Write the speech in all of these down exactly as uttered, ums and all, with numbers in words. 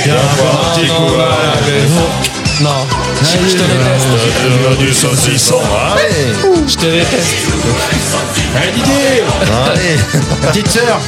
Viens voir un petit coup à la maison. Non, je, je te déteste. Euh, du saucisson, hein. Je te déteste. Allez, Didier. Allez, petite sœur.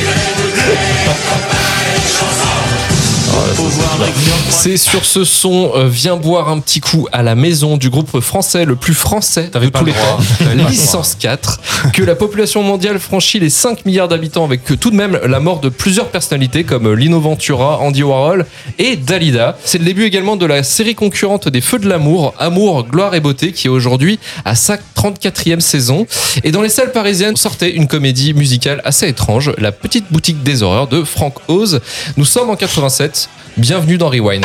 C'est sur ce son euh, Viens boire un petit coup à la maison du groupe français le plus français de tous les temps, Licence quatre, que la population mondiale franchit les cinq milliards d'habitants avec tout de même la mort de plusieurs personnalités comme Lino Ventura, Andy Warhol et Dalida. C'est le début également de la série concurrente des Feux de l'amour, Amour, gloire et beauté, qui est aujourd'hui à sa trente-quatrième saison. Et dans les salles parisiennes sortait une comédie musicale assez étrange, La petite boutique des horreurs de Frank Oz. Nous sommes en quatre-vingt-sept. Bienvenue dans Rewind.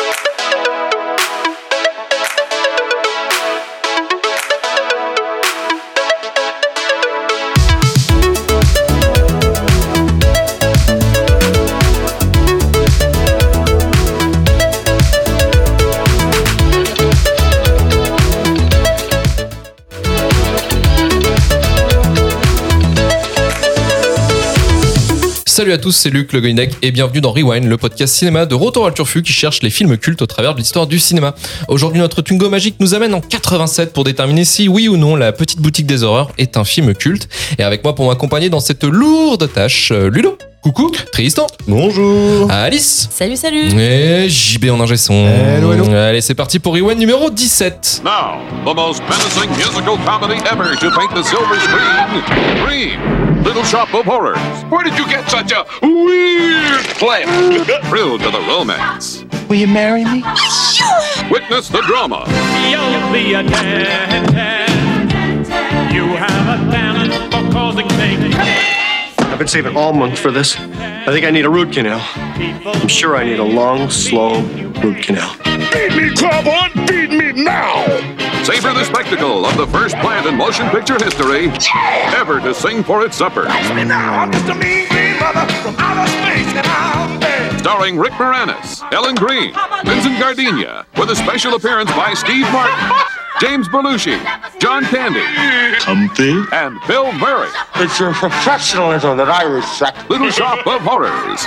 Salut à tous, c'est Luc Le Goinec et bienvenue dans Rewind, le podcast cinéma de Retour à Turfu qui cherche les films cultes au travers de l'histoire du cinéma. Aujourd'hui, notre Tungo magique nous amène en quatre-vingt-sept pour déterminer si, oui ou non, La petite boutique des horreurs est un film culte. Et avec moi pour m'accompagner dans cette lourde tâche, Ludo. Coucou. Tristan. Bonjour. Alice. Salut, salut. Et J B en ingé son. Hello, hello. Allez, c'est parti pour Rewind numéro dix-sept. Now, the most menacing musical comedy ever to paint the silver screen. Dream, Little Shop of Horrors. Where did you get such a weird flair? Thrill to the romance. Will you marry me? Witness the drama. You'll be a ten. You have a talent for causing things. I've been saving all month for this. I think I need a root canal. I'm sure I need a long, slow root canal. Feed me, club on, feed me now! Savor the spectacle of the first plant in motion picture history ever to sing for its supper. Me now, I'm just a mean green mother from outer space and I'm dead. Starring Rick Moranis, Ellen Green, Vincent Gardenia, with a special appearance by Steve Martin, James Belushi, John Candy, Comfy. and Bill Murray. It's your professionalism that I respect. Little Shop of Horrors.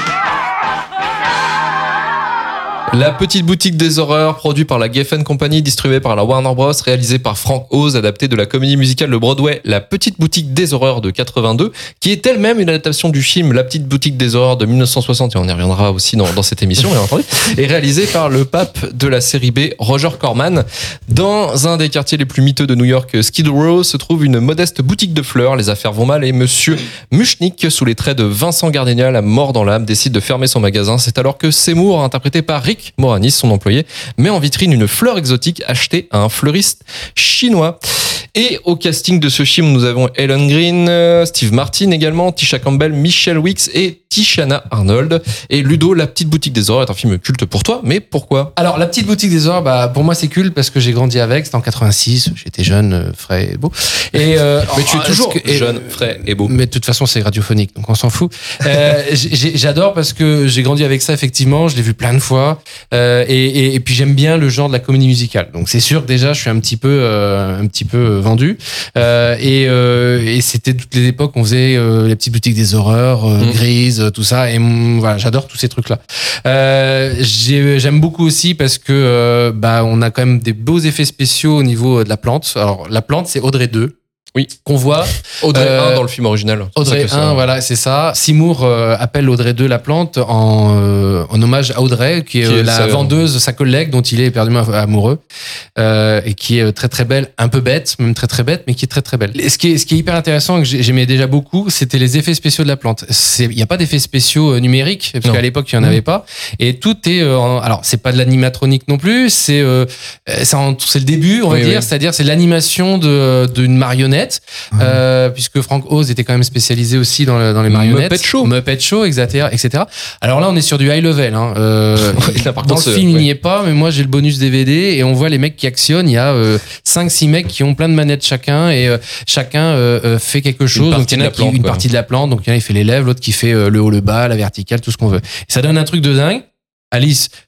La petite boutique des horreurs, produit par la Geffen Company, distribué par la Warner Bros, réalisé par Frank Oz, adapté de la comédie musicale de Broadway La petite boutique des horreurs de quatre-vingt-deux, qui est elle-même une adaptation du film La petite boutique des horreurs de dix-neuf cent soixante, et on y reviendra aussi dans, dans cette émission, bien entendu, et réalisé par le pape de la série B, Roger Corman. Dans un des quartiers les plus miteux de New York, Skid Row, se trouve une modeste boutique de fleurs. Les affaires vont mal et monsieur Muchnick, sous les traits de Vincent Gardenia, la mort dans l'âme, décide de fermer son magasin. C'est alors que Seymour, interprété par Rick Moranis, son employé, met en vitrine une fleur exotique achetée à un fleuriste chinois. Et au casting de ce film, nous avons Ellen Green, Steve Martin également, Tisha Campbell, Michelle Wicks et Tishana Arnold. Et Ludo, La petite boutique des horreurs est un film culte pour toi, mais pourquoi ? Alors, La petite boutique des horreurs, bah, pour moi, c'est culte parce que j'ai grandi avec. C'était en quatre-vingt-six. J'étais jeune, euh, frais et beau. Et, euh, mais tu es toujours que, et, jeune, frais et beau. Mais de toute façon, c'est radiophonique, donc on s'en fout. euh, j'ai, j'adore parce que j'ai grandi avec ça, effectivement. Je l'ai vu plein de fois. Euh, et, et, et puis, j'aime bien le genre de la comédie musicale. Donc, c'est sûr que déjà, je suis un petit peu, euh, un petit peu vendu. Euh, et, euh, et c'était toutes les époques, on faisait euh, les petites boutiques des horreurs, euh, mmh. grises, tout ça. Et mm, voilà, j'adore tous ces trucs-là. Euh, j'ai, j'aime beaucoup aussi parce que euh, bah, on a quand même des beaux effets spéciaux au niveau de la plante. Alors, la plante, c'est Audrey deux. Oui, qu'on voit. Audrey euh, un dans le film original. Audrey un, voilà, c'est ça. Seymour euh, appelle Audrey deux la plante en, euh, en hommage à Audrey, qui est, qui est la sa... vendeuse, sa collègue, dont il est éperdument amoureux, euh, et qui est très très belle, un peu bête, même très très bête, mais qui est très très belle. Et ce qui est, ce qui est hyper intéressant et que j'aimais déjà beaucoup, c'était les effets spéciaux de la plante. Il n'y a pas d'effets spéciaux numériques, parce non. qu'à l'époque, il n'y en avait mmh. pas. Et tout est... Euh, en, alors, c'est pas de l'animatronique non plus, c'est, euh, c'est, en, c'est le début, on va oui, dire, oui. c'est-à-dire c'est l'animation de, d'une marionnette. Mmh. Euh, puisque Frank Oz était quand même spécialisé aussi dans, le, dans les marionnettes. Muppet Show. Muppet Show, et cetera, et cetera. Alors là, on est sur du high level. Hein. Euh, ouais, là, dans le film, ouais. il n'y est pas, mais moi, j'ai le bonus D V D et on voit les mecs qui actionnent. Il y a euh, cinq six mecs qui ont plein de manettes chacun et euh, chacun euh, fait quelque chose. Donc, il y en a qui, plante, une partie de la plante. Donc, il y en a qui fait les lèvres, l'autre qui fait euh, le haut, le bas, la verticale, tout ce qu'on veut. Et ça donne un truc de dingue. Alice,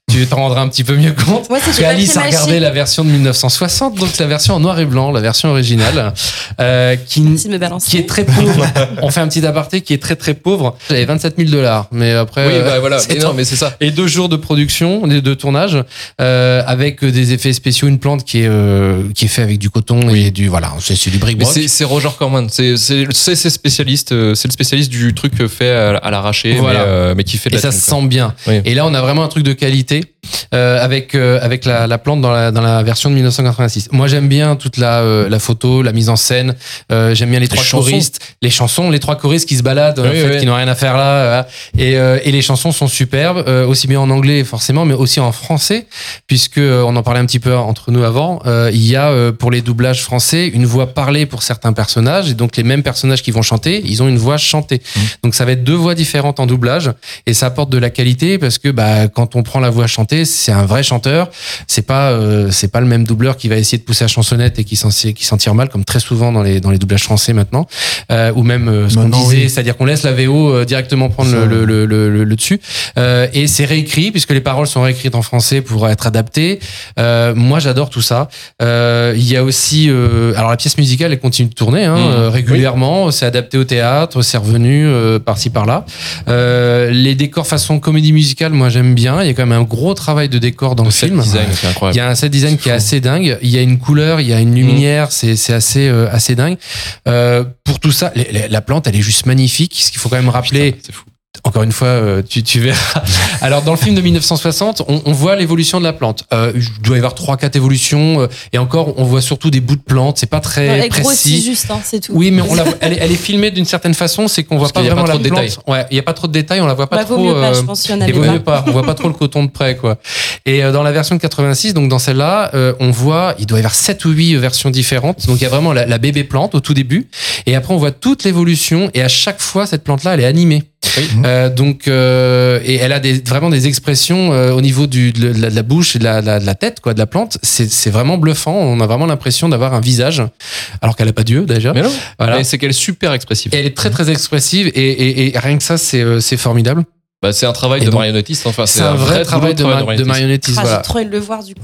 tu t'en rendras un petit peu mieux compte. Ouais, c'est Alice a regardé la version de mille neuf cent soixante, donc la version en noir et blanc, la version originale, euh, qui, qui est très pauvre. On fait un petit aparté qui est très très pauvre. J'avais vingt-sept mille dollars, mais après. Oui, bah voilà. c'est Mais non, mais c'est ça. Et deux jours de production, de tournage, euh, avec des effets spéciaux, une plante qui est euh, qui est fait avec du coton oui. et du voilà, c'est, c'est du bric-broc. C'est, c'est Roger Corman, c'est c'est c'est, c'est spécialiste, c'est le spécialiste du truc fait à, à l'arraché, voilà. mais, euh, mais qui fait de et la ça thune, se quoi. sent bien. Oui. Et là, on a vraiment un truc de qualité. Euh, avec euh, avec la, la plante dans la dans la version de mille neuf cent quatre-vingt-six. Moi j'aime bien toute la euh, la photo, la mise en scène. Euh, j'aime bien les, les trois chansons. choristes, les chansons, les trois choristes qui se baladent, oui, en fait, oui. qui n'ont rien à faire là. Euh, et euh, et les chansons sont superbes, euh, aussi bien en anglais forcément, mais aussi en français, puisque euh, on en parlait un petit peu entre nous avant. Euh, il y a euh, pour les doublages français une voix parlée pour certains personnages, et donc les mêmes personnages qui vont chanter, ils ont une voix chantée. Mmh. Donc ça va être deux voix différentes en doublage, et ça apporte de la qualité parce que bah quand on prend la voix chantée, c'est un vrai chanteur. C'est pas, euh, c'est pas le même doubleur qui va essayer de pousser la chansonnette et qui s'en, qui s'en tire mal, comme très souvent dans les, dans les doublages français maintenant, euh, ou même euh, ce maintenant, qu'on disait, oui. c'est-à-dire qu'on laisse la V O euh, directement prendre le, le, le, le, le, le dessus. Euh, et c'est réécrit puisque les paroles sont réécrites en français pour être adaptées. Euh, moi, j'adore tout ça. Euh, il y a aussi, euh, alors la pièce musicale, elle continue de tourner hein, mmh. euh, régulièrement. Oui. C'est adapté au théâtre, c'est revenu euh, par-ci par-là. Euh, les décors façon comédie musicale, moi j'aime bien. Il y a quand même un gros travail de décor dans le, le film. Design, c'est incroyable. Il y a un set design qui est assez dingue. Il y a une couleur, il y a une lumière, mmh. c'est, c'est assez, euh, assez dingue. Euh, pour tout ça, les, les, la plante, elle est juste magnifique. Ce qu'il faut quand même rappeler. Putain, c'est fou. Encore une fois, euh, tu, tu verras. Alors, dans le film de mille neuf cent soixante, on, on voit l'évolution de la plante. Euh, il doit y avoir trois, quatre évolutions. Euh, et encore, on voit surtout des bouts de plantes. C'est pas très ouais, elle précis. grossit juste, hein, c'est tout. Oui, mais on la, elle, est, elle est filmée d'une certaine façon. C'est qu'on voit Parce pas vraiment pas la plante. Détails. Ouais, il y a pas trop de détails. On la voit pas bah, trop. Vaut mieux pas, euh, je pense qu'il y en a et vaut mieux pas. On voit pas trop le coton de près, quoi. Et euh, dans la version de quatre-vingt-six, donc dans celle-là, euh, on voit, il doit y avoir sept ou huit versions différentes. Donc il y a vraiment la, la bébé plante au tout début. Et après, on voit toute l'évolution. Et à chaque fois, cette plante-là, elle est animée. Oui. Euh, donc euh, et elle a des, vraiment des expressions euh, au niveau du, de, la, de la bouche et de la, de la tête quoi, de la plante. C'est, c'est vraiment bluffant. On a vraiment l'impression d'avoir un visage, alors qu'elle a pas d'yeux déjà. Mais non. Voilà. Mais c'est qu'elle est super expressive. Et elle est très très expressive et, et, et rien que ça, c'est, c'est formidable. Bah, c'est un travail et de donc, marionnettiste. Enfin, c'est, c'est un, un vrai, vrai travail, de, travail ma, de marionnettiste. Ah, voilà. j'ai trop envie de le voir du coup.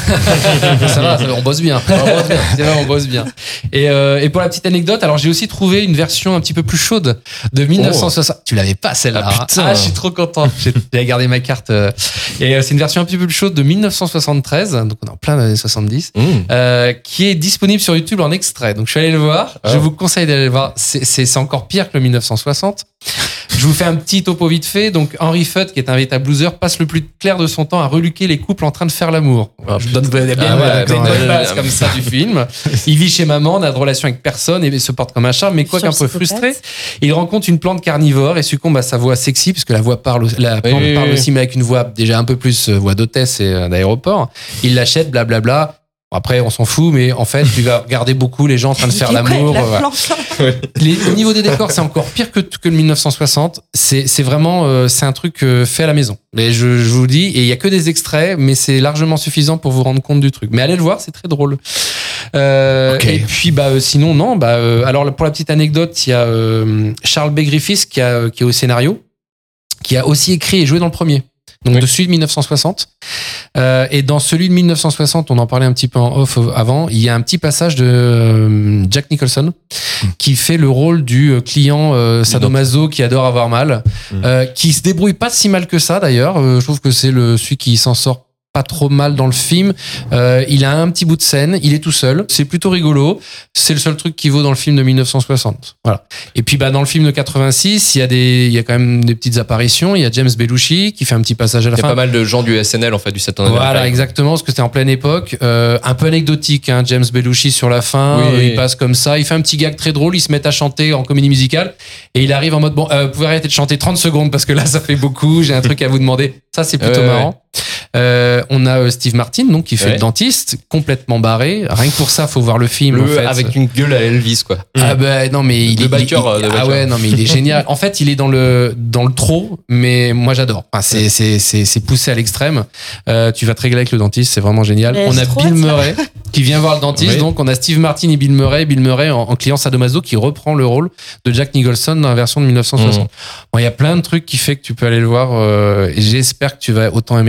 ça, va, ça va, on bosse bien. On bosse bien. C'est vrai, on bosse bien. Et, euh, et pour la petite anecdote, alors j'ai aussi trouvé une version un petit peu plus chaude de mille neuf cent soixante. Oh. Tu l'avais pas celle-là. Ah, putain. Ah, je suis trop content. J'ai, j'ai gardé ma carte. Et euh, c'est une version un petit peu plus chaude de mille neuf cent soixante-treize. Donc on est en plein années soixante-dix, mmh. euh, qui est disponible sur YouTube en extrait. Donc je suis allé le voir. Oh. Je vous conseille d'aller le voir. C'est, c'est, c'est encore pire que le mille neuf cent soixante. Je vous fais un petit topo vite fait. Donc Henry Fudd, qui est un véritable loser, passe le plus clair de son temps à reluquer les couples en train de faire l'amour. Oh, je donne bien ah ouais, une bonne base comme ça du film. Il vit chez maman, n'a de relation avec personne et se porte comme un charme, mais quoi qu'un peu frustré, il rencontre une plante carnivore et succombe à sa voix sexy, puisque la voix parle, la plante oui, parle oui, aussi, mais avec une voix déjà un peu plus voix d'hôtesse et d'aéroport. Il l'achète, blablabla. Après, on s'en fout, mais en fait, tu vas regarder beaucoup les gens en train de faire l'amour. La voilà. les, au niveau des décors, c'est encore pire que, que le mille neuf cent soixante. C'est, c'est vraiment, euh, c'est un truc euh, fait à la maison. Mais je, je vous dis, et il y a que des extraits, mais c'est largement suffisant pour vous rendre compte du truc. Mais allez le voir, c'est très drôle. Euh, okay. Et puis, bah, euh, sinon, non. Bah, euh, alors, pour la petite anecdote, il y a euh, Charles B. Griffiths qui, a, qui est au scénario, qui a aussi écrit et joué dans le premier. Donc oui. de celui de mille neuf cent soixante. Euh, et dans celui de mille neuf cent soixante, on en parlait un petit peu en off avant, il y a un petit passage de euh, Jack Nicholson mmh. qui fait le rôle du client euh, sadomaso qui adore avoir mal, mmh. euh, qui se débrouille pas si mal que ça d'ailleurs. Euh, je trouve que c'est le celui qui s'en sort pas trop mal dans le film. Euh, il a un petit bout de scène, il est tout seul, c'est plutôt rigolo. C'est le seul truc qui vaut dans le film de mille neuf cent soixante. Voilà. Et puis bah dans le film de quatre-vingt-six, il y a des, il y a quand même des petites apparitions. Il y a James Belushi qui fait un petit passage à la fin. Il y a fin. Pas mal de gens du S N L en fait du Saturday Night Live. Voilà, exactement, parce que c'était en pleine époque. Euh, un peu anecdotique, hein, James Belushi sur la fin. Oui, euh, oui. Il passe comme ça, il fait un petit gag très drôle. Il se met à chanter en comédie musicale et il arrive en mode bon, euh, vous pouvez arrêter de chanter trente secondes parce que là ça fait beaucoup. J'ai un truc à vous demander. Ça c'est plutôt ouais, marrant. Ouais. Euh, on a euh, Steve Martin donc qui fait ouais. le dentiste complètement barré. Rien que pour ça, faut voir le film. Le, en fait. Avec une gueule à Elvis quoi. Ah ben non mais il le est biker, il, de ah biker. ouais non mais il est génial. En fait, il est dans le dans le trop, mais moi j'adore. Enfin, c'est ouais. c'est c'est c'est poussé à l'extrême. Euh, tu vas te régler avec le dentiste, c'est vraiment génial. Mais on a Bill Murray qui vient voir le dentiste, oui. donc on a Steve Martin et Bill Murray. Bill Murray en, en client sadomaso qui reprend le rôle de Jack Nicholson dans la version de mille neuf cent soixante. Mmh. Bon, il y a plein de trucs qui fait que tu peux aller le voir. Euh, et j'espère que tu vas autant aimer que moi. Puis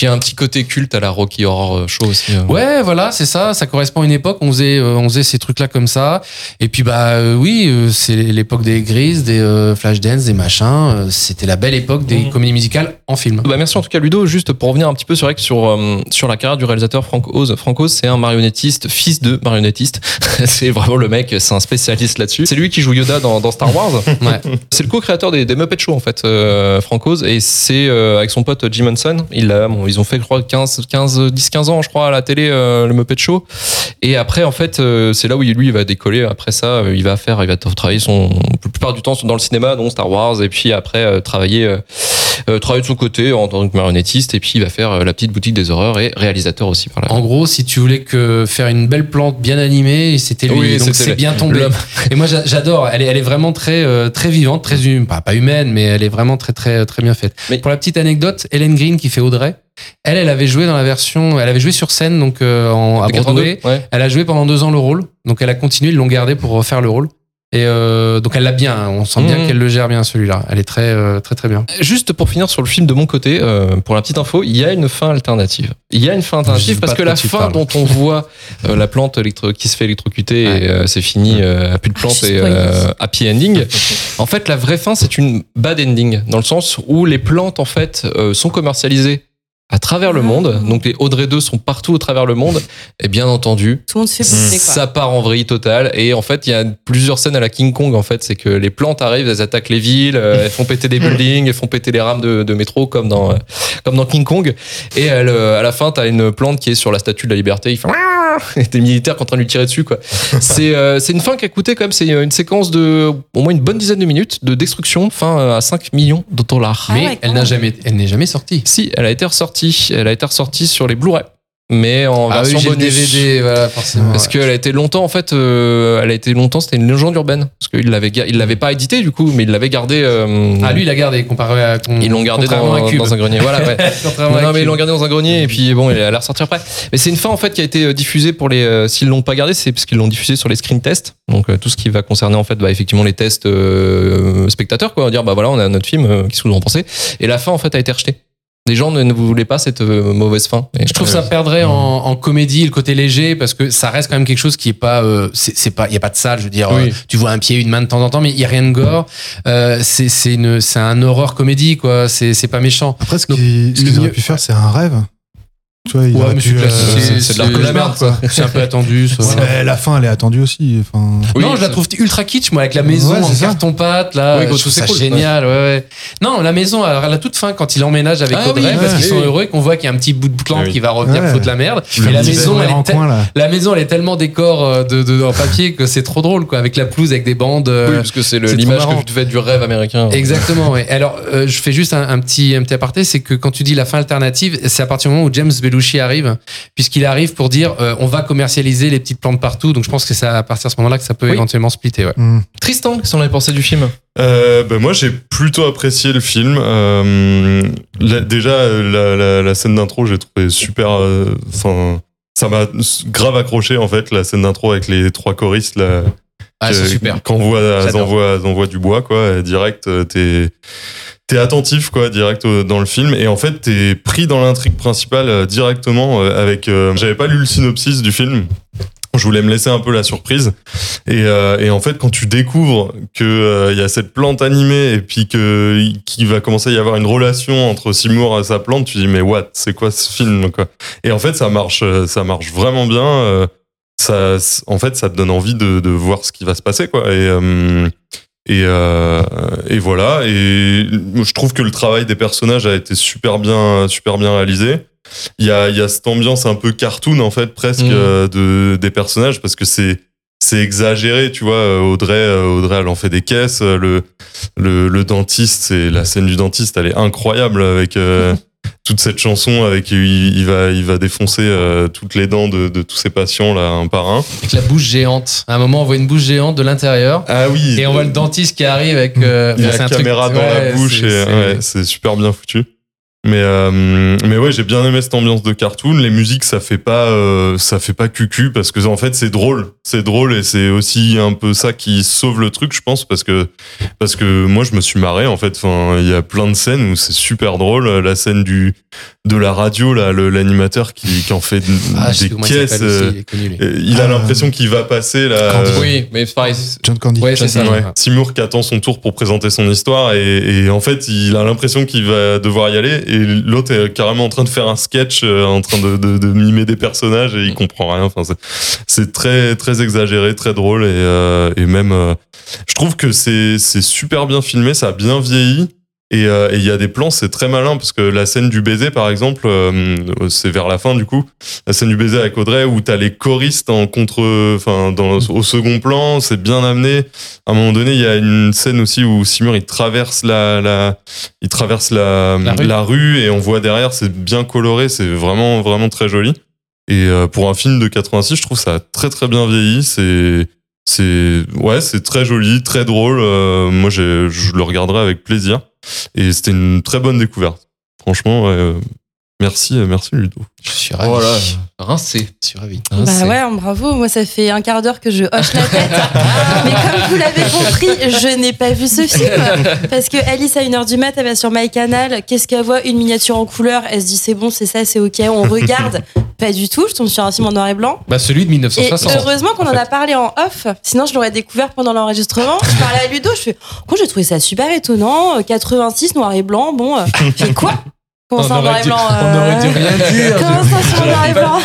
il y a un petit côté culte à la Rocky Horror Show aussi. euh. Ouais, voilà, c'est ça. Ça correspond à une époque. On faisait, euh, on faisait ces trucs-là comme ça. Et puis, bah, euh, oui, euh, c'est l'époque des Grease, des euh, Flashdance, des machins. Euh, C'était la belle époque des Mmh. comédies musicales en film. Bah merci en tout cas Ludo, juste pour revenir un petit peu sur, sur, euh, sur la carrière du réalisateur Frank Oz. Frank Oz, c'est un marionnettiste, fils de marionnettiste. C'est vraiment le mec, c'est un spécialiste là-dessus. C'est lui qui joue Yoda dans, dans Star Wars. Ouais. C'est le co-créateur des, des Muppet Show en fait, euh, Frank Oz, et c'est euh, avec son pote Jim Henson. Il a, bon, ils ont fait je crois quinze, quinze, dix, quinze ans je crois à la télé euh, le Muppet Show. Et après en fait euh, c'est là où lui il va décoller. Après ça euh, il va faire, il va travailler son la plupart du temps dans le cinéma, dont Star Wars, et puis après euh, travailler euh, euh, travailler de son côté en tant que marionnettiste, et puis il va faire euh, la petite boutique des horreurs et réalisateur aussi par là. En gros, si tu voulais que faire une belle plante bien animée, c'était lui. Oui, donc c'était c'est le- bien tombé. l'homme. Et moi, j'a- j'adore. Elle est, elle est vraiment très, euh, très vivante, très humaine. Pas, pas humaine, mais elle est vraiment très, très, très bien faite. Mais- Pour la petite anecdote, Helen Green qui fait Audrey, elle, elle avait joué dans la version, elle avait joué sur scène donc euh, en, à De Broadway. quatre-vingt-deux, ouais. Elle a joué pendant deux ans le rôle, donc elle a continué, ils l'ont gardé pour refaire le rôle. Et euh, donc elle l'a bien, hein. On sent bien Mhm. qu'elle le gère bien celui-là. Elle est très, euh, très, très bien. Juste pour finir sur le film de mon côté, euh, pour la petite info, il y a une fin alternative. Il y a une fin Je alternative sais parce pas que de la quoi tu fin parles. dont on voit euh, la plante électro qui se fait électrocuter Ouais. et euh, c'est fini, euh, plus de plantes Je et spoil. euh, happy ending. En fait, la vraie fin, c'est une bad ending dans le sens où les plantes en fait euh, sont commercialisées à travers le monde. Donc les Audrey deux sont partout au travers le monde. Et bien entendu, Tout le monde se fait bouffer, quoi. ça part en vrille totale. Et en fait, il y a plusieurs scènes à la King Kong. En fait, c'est que les plantes arrivent, elles attaquent les villes, euh, elles font péter des buildings, elles font péter les rames de, de métro comme dans euh, comme dans King Kong. Et elle, euh, à la fin, t'as une plante qui est sur la statue de la Liberté. Il fait et des militaires qui sont en train de lui tirer dessus, quoi. C'est euh, c'est une fin qui a coûté quand même. C'est une séquence de au moins une bonne dizaine de minutes de destruction. Fin à cinq millions de dollars. Ah Mais ouais, elle quand n'a même. jamais, elle n'est jamais sortie. Si, elle a été ressortie. Elle a été ressortie sur les Blu-ray, mais en Ah oui, version j'ai le bonus. D V D, voilà, forcément. Parce ouais. qu'elle a été longtemps, en fait, euh, elle a été longtemps, c'était une légende urbaine. Parce qu'il l'avait, ga- il l'avait pas édité, du coup, mais il l'avait gardé. euh, Ah, lui, il a gardé comparé à. con- ils l'ont gardé contrairement dans, à Cube. dans un grenier. Voilà, ouais. Contrairement à Non, mais ils Cube. l'ont gardé dans un grenier, et puis bon, elle a ressorti après. Mais c'est une fin, en fait, qui a été diffusée pour les. euh, s'ils l'ont pas gardé, c'est parce qu'ils l'ont diffusée sur les screen tests. Donc, euh, tout ce qui va concerner, en fait, bah, effectivement, les tests euh, spectateurs, quoi. Dire, bah voilà, on a notre film, euh, qu'est-ce que vous en pensez? Et la fin, en fait, a été rejetée. Les gens ne, ne voulaient pas cette euh, mauvaise fin. Et, Je trouve euh, ça perdrait en, en comédie le côté léger parce que ça reste quand même quelque chose qui est pas euh, c'est c'est pas il y a pas de sale, je veux dire Oui. euh, tu vois un pied une main de temps en temps mais il y a rien de gore. Euh, c'est c'est une c'est un horreur comédie quoi, c'est c'est pas méchant. Après, ce Donc, qu'ils ce le qu'ils auraient mieux- pu faire, c'est un rêve. Tu vois, il Ouais, aurait mais pu, c'est euh, classique, c'est- c'est de la cauchemar, quoi. C'est un peu attendu ça. Ouais, la fin, elle est attendue aussi. Enfin, Oui, non, je la ça- trouve ultra kitsch, moi, avec la maison Ouais, en c'est ça. carton-pâte, là. Oui, je bon, trouve c'est ça cool, génial, ouais, ouais. Non, la maison, alors, à la toute fin, quand il emménage avec Ah Audrey, oui, parce ouais, qu'ils sont oui. heureux, et qu'on voit qu'il y a un petit bout de plante Ah oui. qui va revenir Ouais. foutre la merde. le Et la petit maison, verre elle en est, te- coin, là. la maison, elle est tellement décor euh, de, de, en papier que c'est trop drôle, quoi, avec la pelouse, avec des bandes. euh, Oui, parce que c'est le- c'est trop l'image marrant. que je fais du rêve américain. Exactement, ouais. Alors, euh, je fais juste un, un petit, un petit aparté, c'est que quand tu dis la fin alternative, c'est à partir du moment où James Belushi arrive, puisqu'il arrive pour dire, euh, on va commercialiser les petites plantes partout. Donc, je pense que c'est à partir de ce moment-là que ça peut Oui. éventuellement splitter, ouais. hmm. Tristan, qu'est-ce qu'on avait pensé du film? Euh, bah, moi, j'ai plutôt apprécié le film. Euh, la- déjà, euh, la, la, la scène d'intro, j'ai trouvé super. Enfin, ça m'a grave accroché en fait, la scène d'intro avec les trois choristes là. Ah, que- c'est super. Qu'envoie, J'adore. envoie, envoie du bois quoi. Et direct, euh, t'es t'es attentif quoi, direct euh, dans le film. Et en fait, t'es pris dans l'intrigue principale euh, directement euh, avec. euh, J'avais pas lu le synopsis du film. Je voulais me laisser un peu la surprise. Et, euh, et en fait, quand tu découvres que euh, y a cette plante animée et puis que qu'il va commencer à y avoir une relation entre Seymour et sa plante, tu dis mais what, c'est quoi ce film quoi. Et en fait, ça marche, euh, ça marche vraiment bien. euh, Ça, en fait, ça te donne envie de, de voir ce qui va se passer quoi. Et euh, et, euh, et voilà. Et je trouve que le travail des personnages a été super bien, super bien réalisé. Il y a, il y a cette ambiance un peu cartoon en fait presque Mmh. euh, de des personnages parce que c'est c'est exagéré, tu vois. euh, Audrey, euh, Audrey, elle en fait des caisses. euh, Le le, le dentiste, c'est la scène du dentiste, elle est incroyable avec euh, toute cette chanson avec il, il va il va défoncer euh, toutes les dents de, de tous ses patients là un par un. Avec la bouche géante. À un moment, on voit une bouche géante de l'intérieur. Ah oui. Et on voit le dentiste qui arrive avec. euh, Il y a c'est la un truc- caméra dans ouais, la bouche c'est- et c'est- ouais, c'est super bien foutu. Mais euh, mais ouais, j'ai bien aimé cette ambiance de cartoon. Les musiques, ça fait pas euh, ça fait pas cucu parce que en fait c'est drôle, c'est drôle et c'est aussi un peu ça qui sauve le truc, je pense, parce que parce que moi je me suis marré en fait. Enfin, il y a plein de scènes où c'est super drôle. La scène du de la radio là, le, l'animateur qui, qui en fait Ah, je sais des comment il caisses. s'appelle aussi, euh, il est connu, lui. il a Ah, l'impression qu'il va passer là. Candy. euh, Oui, mais c'est pareil. c'est- John Candy. Ouais, c'est ça. Ouais. Seymour qui attend son tour pour présenter son histoire et, et en fait il a l'impression qu'il va devoir y aller et l'autre est carrément en train de faire un sketch, euh, en train de, de, de mimer des personnages et il comprend rien. Enfin, c'est, c'est très très exagéré, très drôle et, euh, et même euh, je trouve que c'est c'est super bien filmé, ça a bien vieilli. Et euh, et il y a des plans, c'est très malin parce que la scène du baiser, par exemple, euh, c'est vers la fin du coup. La scène du baiser avec Audrey où t'as les choristes en contre, enfin dans au second plan, c'est bien amené. À un moment donné, il y a une scène aussi où Seymour il traverse la, la il traverse la La rue. la rue et on voit derrière, c'est bien coloré, c'est vraiment vraiment très joli. Et euh, pour un film de quatre-vingt-six, je trouve ça a très très bien vieilli. C'est c'est ouais, c'est très joli, très drôle. Euh, moi, j'ai, je le regarderai avec plaisir. Et c'était une très bonne découverte. Franchement, euh, merci, merci Ludo. Je suis ravi. Voilà, rincé. Je suis ravi. Bah Rincé. ouais, bravo. Moi, ça fait un quart d'heure que je hoche la tête. Mais comme vous l'avez compris, je n'ai pas vu ce film. Parce que Alice, à une heure du mat, elle va sur MyCanal. Qu'est-ce qu'elle voit? Une miniature en couleur. Elle se dit, c'est bon, c'est ça, c'est ok. On regarde. Pas du tout. Je tombe sur un film en noir et blanc. Bah, celui de Et dix-neuf cent soixante. heureusement qu'on en en fait. a parlé en off. Sinon, je l'aurais découvert pendant l'enregistrement. Je parlais à Ludo. Je fais, oh, j'ai trouvé ça super étonnant. quatre-vingt-six, noir et blanc. Bon, euh, je fais quoi? Comment ça en noir et blanc? On aurait dû rien dire. Comment ça sur noir et blanc?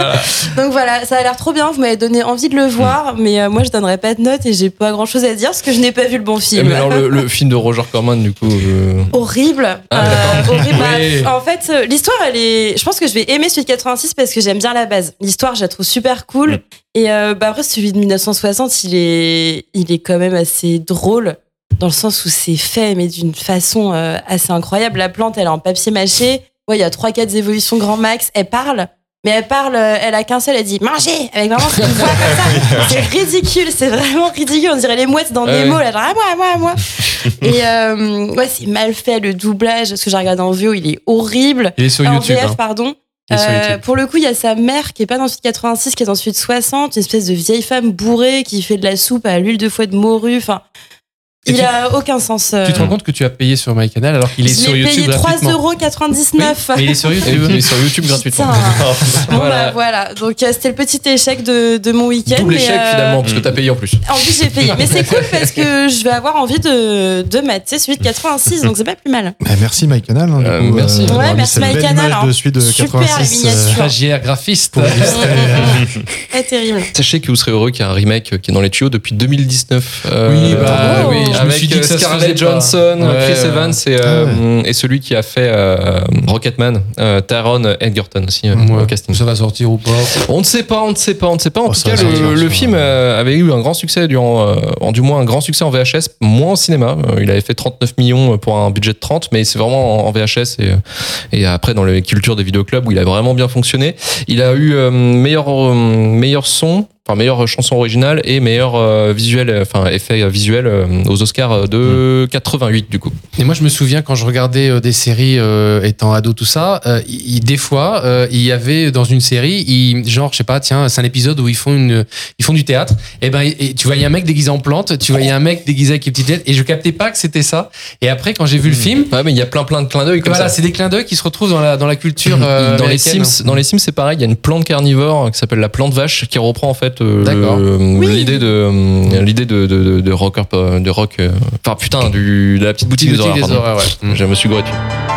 Donc voilà, ça a l'air trop bien. Vous m'avez donné envie de le voir, mais euh, moi je donnerais pas de notes et j'ai pas grand chose à dire parce que je n'ai pas vu le bon Eh, film. mais alors, le, le film de Roger Corman, du coup. euh, Horrible. Ah, Euh, horrible. Oui. Bah, en fait, euh, l'histoire, elle est. Je pense que je vais aimer celui de quatre-vingt-six parce que j'aime bien la base. L'histoire, je la trouve super cool. Mm. Et euh, bah, après, celui de dix-neuf cent soixante, il est, il est quand même assez drôle. Dans le sens où c'est fait, mais d'une façon euh, assez incroyable. La plante, elle est en papier mâché. Ouais, il y a trois quatre évolutions grand max. Elle parle, mais elle parle, euh, elle a qu'un seul, elle dit manger avec vraiment une voix comme ça. C'est ridicule, c'est vraiment ridicule. On dirait les mouettes dans Ah des oui. mots, là, genre à moi, à moi, à moi. Et euh, ouais, c'est mal fait le doublage. Parce que j'ai regardé en V O, il est horrible. Il est sur Ah, en YouTube. V F, hein. pardon. Il est sur Euh, YouTube. pour le coup, il y a sa mère qui est pas dans celui de quatre-vingt-six, qui est dans celui de soixante, une espèce de vieille femme bourrée qui fait de la soupe à l'huile de foie de morue. Enfin, Et il tu- a aucun sens. euh. Tu te rends compte que tu as payé sur MyCanal alors qu'il est Je sur l'ai YouTube payé trois gratuitement. euros quatre-vingt-dix-neuf. Oui, mais il est sur et YouTube. il est sur YouTube gratuitement. Putain. Bon, Voilà. bah, voilà. Donc, euh, c'était le petit échec de, de mon week-end. Double mais, échec euh, finalement, parce que t'as payé en plus. En plus, j'ai payé. Mais c'est cool parce que je vais avoir envie de, de mater celui de quatre-vingt-six, donc c'est pas plus mal. Bah, merci MyCanal. Hein, du Euh, coup, merci. d'avoir Ouais, mis merci cette belle MyCanal, image hein. de celui de Super, les quatre-vingt-six. miniatures. Stagiaire graphiste. pour illustrer. Très terrible. Sachez que vous serez heureux qu'il y a un remake qui est dans les tuyaux depuis deux mille dix-neuf. euh, Oui, bah Oh. oui, je me avec suis dit que ça se Scarlett faisait pas. Johansson, Ouais, Chris ouais. Evans et, euh, et celui qui a fait euh, Rocketman, euh, Taron Egerton aussi euh, Ouais. au casting. Ça va sortir ou pas? On ne sait pas, on ne sait pas, on ne sait pas. En Oh, tout ça cas, va sortir, le, ça le va. film euh, avait eu un grand succès durant, euh, en du moins un grand succès en V H S, moins au cinéma. Euh, il avait fait trente-neuf millions pour un budget de trente, mais c'est vraiment en, en V H S et, et après dans les cultures des vidéoclubs où il a vraiment bien fonctionné. Il a eu euh, meilleur euh, meilleur son. Enfin, meilleure chanson originale et meilleur euh, visuel, enfin effet visuel euh, aux Oscars de quatre-vingt-huit du coup. Et moi, je me souviens quand je regardais euh, des séries euh, étant ado, tout ça, euh, il- des fois, euh, il y avait dans une série, il- genre, je sais pas, tiens, c'est un épisode où ils font une, ils font du théâtre. Et ben, et tu voyais un mec déguisé en plante, tu voyais un mec déguisé avec une petite tête, et je captais pas que c'était ça. Et après, quand j'ai vu le film, Ouais, mais il y a plein plein de clins d'œil comme voilà, ça. c'est des clins d'œil qui se retrouvent dans la dans la culture euh, dans les américaine. Sims, dans les Sims, c'est pareil. Il y a une plante carnivore qui s'appelle la plante vache qui reprend en fait euh, D'accord. le- Oui. l'idée de euh, l'idée de de, de, de rocker de rock. euh, Enfin putain du de la petite boutique, Petite des boutique horreurs. des pardon. horreurs, ouais. Je me suis gouré dessus.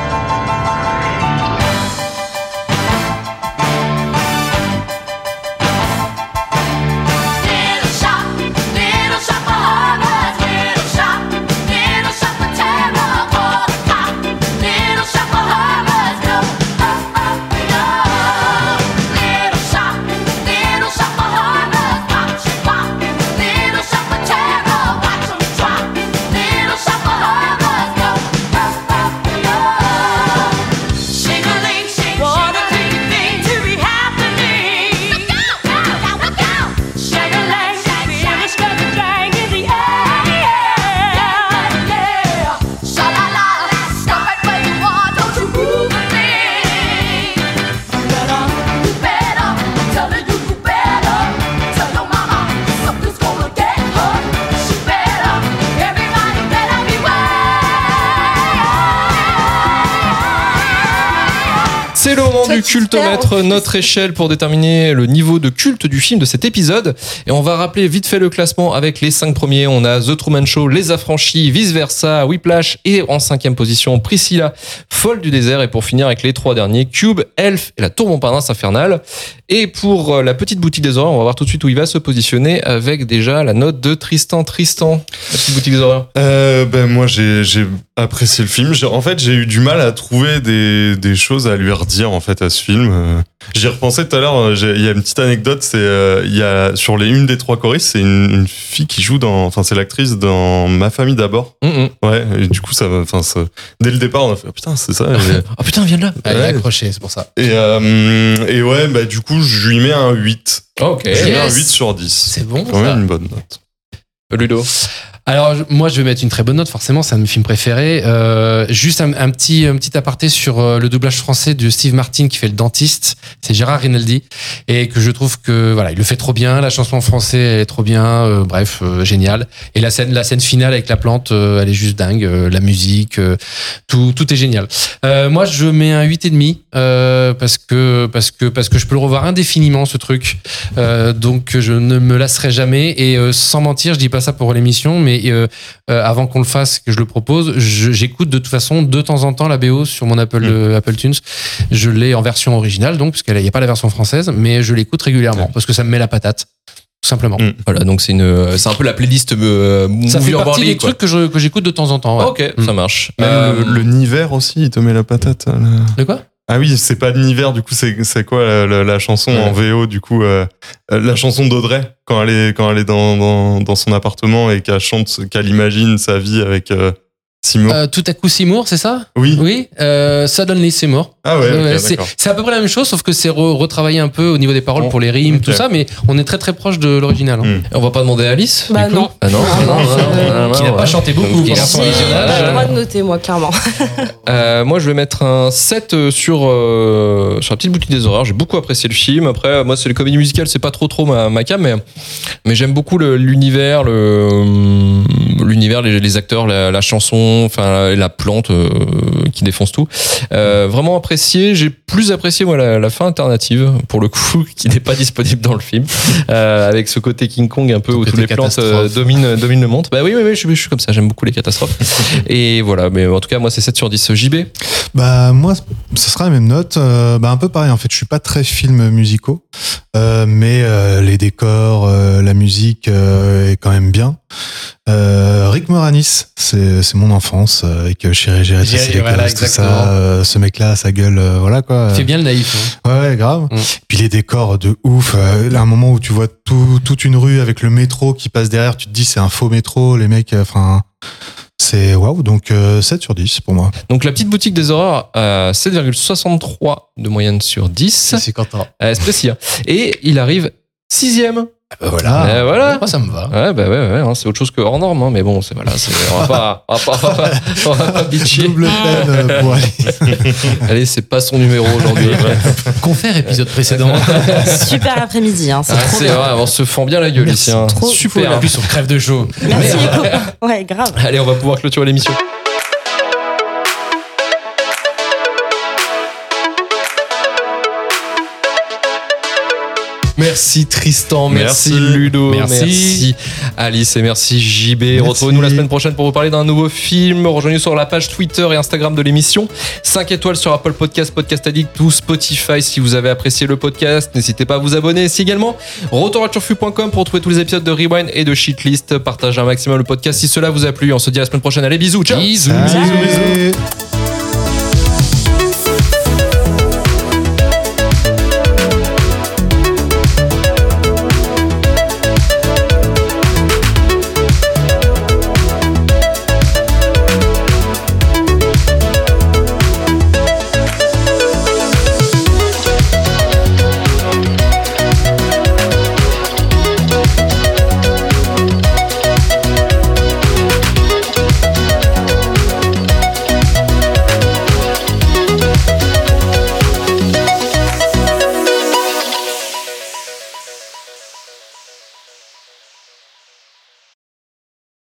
Little shop, little shop for harvest. Little shop, little shop for terror. For the cop, little shop for harvest. Go, oh, oh, go. Little shop, little shop for harvest. Watch it walk. Little shop for terror. Watch 'em drop. Little shop for harvest. Go, oh, oh, go. C'est le moment Toi, du tu te perds, cultomètre, en plus. notre échelle pour déterminer le niveau de culte du film de cet épisode. Et on va rappeler vite fait le classement avec les cinq premiers. On a The Truman Show, Les Affranchis, Vice Versa, Whiplash et en cinquième position Priscilla, Folle du désert. Et pour finir avec les trois derniers, Cube, Elf et la Tour Montparnasse infernale. Et pour euh, la petite boutique des horreurs, on va voir tout de suite où il va se positionner avec déjà la note de Tristan. Tristan, la petite boutique des horreurs. Euh, ben moi j'ai j'ai apprécié le film. J'ai- en fait j'ai eu du mal à trouver des des choses à lui redire en fait à ce film. Euh, J'y repensais tout à l'heure. euh, j'ai- Il y a une petite anecdote. C'est euh, il y a sur les une des trois choristes, c'est une, une fille qui joue dans. Enfin c'est l'actrice dans Ma famille d'abord. Hum, hum. Ouais. Et du coup ça va. Enfin ça- dès le départ on a fait ah, putain c'est ça. Et, Oh putain, viens de là. Elle est Ouais. accrochée, c'est pour ça. et, euh, et ouais bah du coup je lui mets un huit. Ok. Je lui mets un Yes. huit sur dix. C'est bon, quand ça. même une bonne note. Ludo. Alors je- moi je vais mettre une très bonne note, forcément c'est un de mes films préférés. Euh, juste un, un petit un petit aparté sur euh, le doublage français de Steve Martin qui fait le dentiste, c'est Gérard Rinaldi et que je trouve que voilà il le fait trop bien, la chanson en français elle est trop bien, euh, bref euh, génial. Et la scène la scène finale avec la plante, euh, elle est juste dingue, euh, la musique, euh, tout tout est génial. Euh, moi je mets un huit et demi euh, parce que parce que parce que je peux le revoir indéfiniment ce truc, euh, donc je ne me lasserai jamais et euh, sans mentir je dis pas ça pour l'émission mais euh, euh, avant qu'on le fasse, que je le propose, je- j'écoute de toute façon de temps en temps la B O sur mon Apple, euh, Apple Tunes. Je l'ai en version originale, donc, parce qu'il n'y a pas la version française, mais je l'écoute régulièrement, Ouais. parce que ça me met la patate, tout simplement. Mm. Voilà, donc c'est une, c'est un peu la playlist euh, Ça fait Movie partie Overly, des quoi. trucs que je- que j'écoute de temps en temps. ouais. Ok, Mm. ça marche. Même Euh, le, le Niver aussi il te met la patate. là. De quoi? Ah oui, c'est pas de Niver, du coup, c'est c'est quoi la, la- la chanson en V O, du coup, euh, euh, la chanson d'Audrey, quand elle est, quand elle est dans, dans, dans son appartement et qu'elle chante, qu'elle imagine sa vie avec euh, Seymour. Euh, tout à coup Seymour, c'est ça? oui. Oui, euh, Suddenly Seymour. Ah ouais, ok, Ouais, c'est d'accord. c'est à peu près la même chose, sauf que c'est re- retravaillé un peu au niveau des paroles Bon, pour les rimes, ok. tout ça, mais on est très très proche de l'original. hein. Mm. on va pas demander à Alice Bah du coup non. Ah non, Non, non, non, non, je- non, non, Qui n'a ouais. pas chanté beaucoup Donc, pendant il a son pas- J'ai visionnage. j'ai le droit de noter, moi, clairement. Euh, moi, je vais mettre un sept sur, euh, sur la petite boutique des horreurs. J'ai beaucoup apprécié le film. Après, moi, c'est les comédies musicales, c'est pas trop trop ma, ma cam, mais, mais j'aime beaucoup le- l'univers, le, l'univers, les, les acteurs, la, la chanson, enfin, la plante euh, qui défonce tout. Euh, vraiment apprécié. J'ai plus apprécié, moi, la, la fin alternative, pour le coup, qui n'est pas disponible dans le film, euh, avec ce côté King Kong un peu Ce où toutes côté les plantes euh, catastrophe. dominent, dominent le monde. Bah oui, oui, oui, je, suis- je suis comme ça. J'aime beaucoup les catastrophes. Et voilà, mais en tout cas, moi, c'est sept sur dix. J B. Bah moi, ce sera la même note. Euh, bah un peu pareil en fait. Je suis pas très film musicaux, euh, mais euh, les décors, euh, la musique euh, est quand même bien. Euh, Rick Moranis, c'est c'est mon enfance euh, avec Chérie, j'ai J'ai- rétréci les voilà, gosses, tout exactement. ça. Euh, ce mec-là, sa gueule, euh, voilà quoi. Fais bien le naïf. hein. Ouais, ouais, grave. Mm. Puis les décors de ouf. Euh, là, un moment où tu vois tout, toute une rue avec le métro qui passe derrière, tu te dis c'est un faux métro, les mecs. Enfin, c'est waouh. Donc euh, sept sur dix pour moi. Donc la petite boutique des horreurs, euh, sept virgule soixante-trois de moyenne sur dix. C'est content. Euh, c'est précis, hein. Et il arrive sixième. Voilà. Euh, voilà. Moi, ça me va. Ouais, bah ouais, ouais, hein, c'est autre chose que hors norme, hein, mais bon, c'est voilà, c'est, on va pas, on va pas, on va pas, on va pas bitcher. Double peine euh, pour aller. Allez, c'est pas son numéro aujourd'hui. Confère épisode précédent. Super après-midi, hein, c'est Ah, trop c'est bien. vrai, on se fend bien la gueule Merci, ici. Hein. trop Super. cool. En plus, on crève de chaud. Merci les copains. Ouais, grave. Allez, on va pouvoir clôturer l'émission. Merci Tristan, merci, Merci. Ludo, Merci. merci Alice et merci J B. Merci. Retrouvez-nous la semaine prochaine pour vous parler d'un nouveau film. Rejoignez-nous sur la page Twitter et Instagram de l'émission. cinq étoiles sur Apple Podcast, Podcast Addict ou Spotify si vous avez apprécié le podcast. N'hésitez pas à vous abonner. C'est également retour à turfu point com pour retrouver tous les épisodes de Rewind et de Shitlist. Partagez un maximum le podcast si cela vous a plu. On se dit à la semaine prochaine. Allez, bisous, ciao. Bisous. Salut.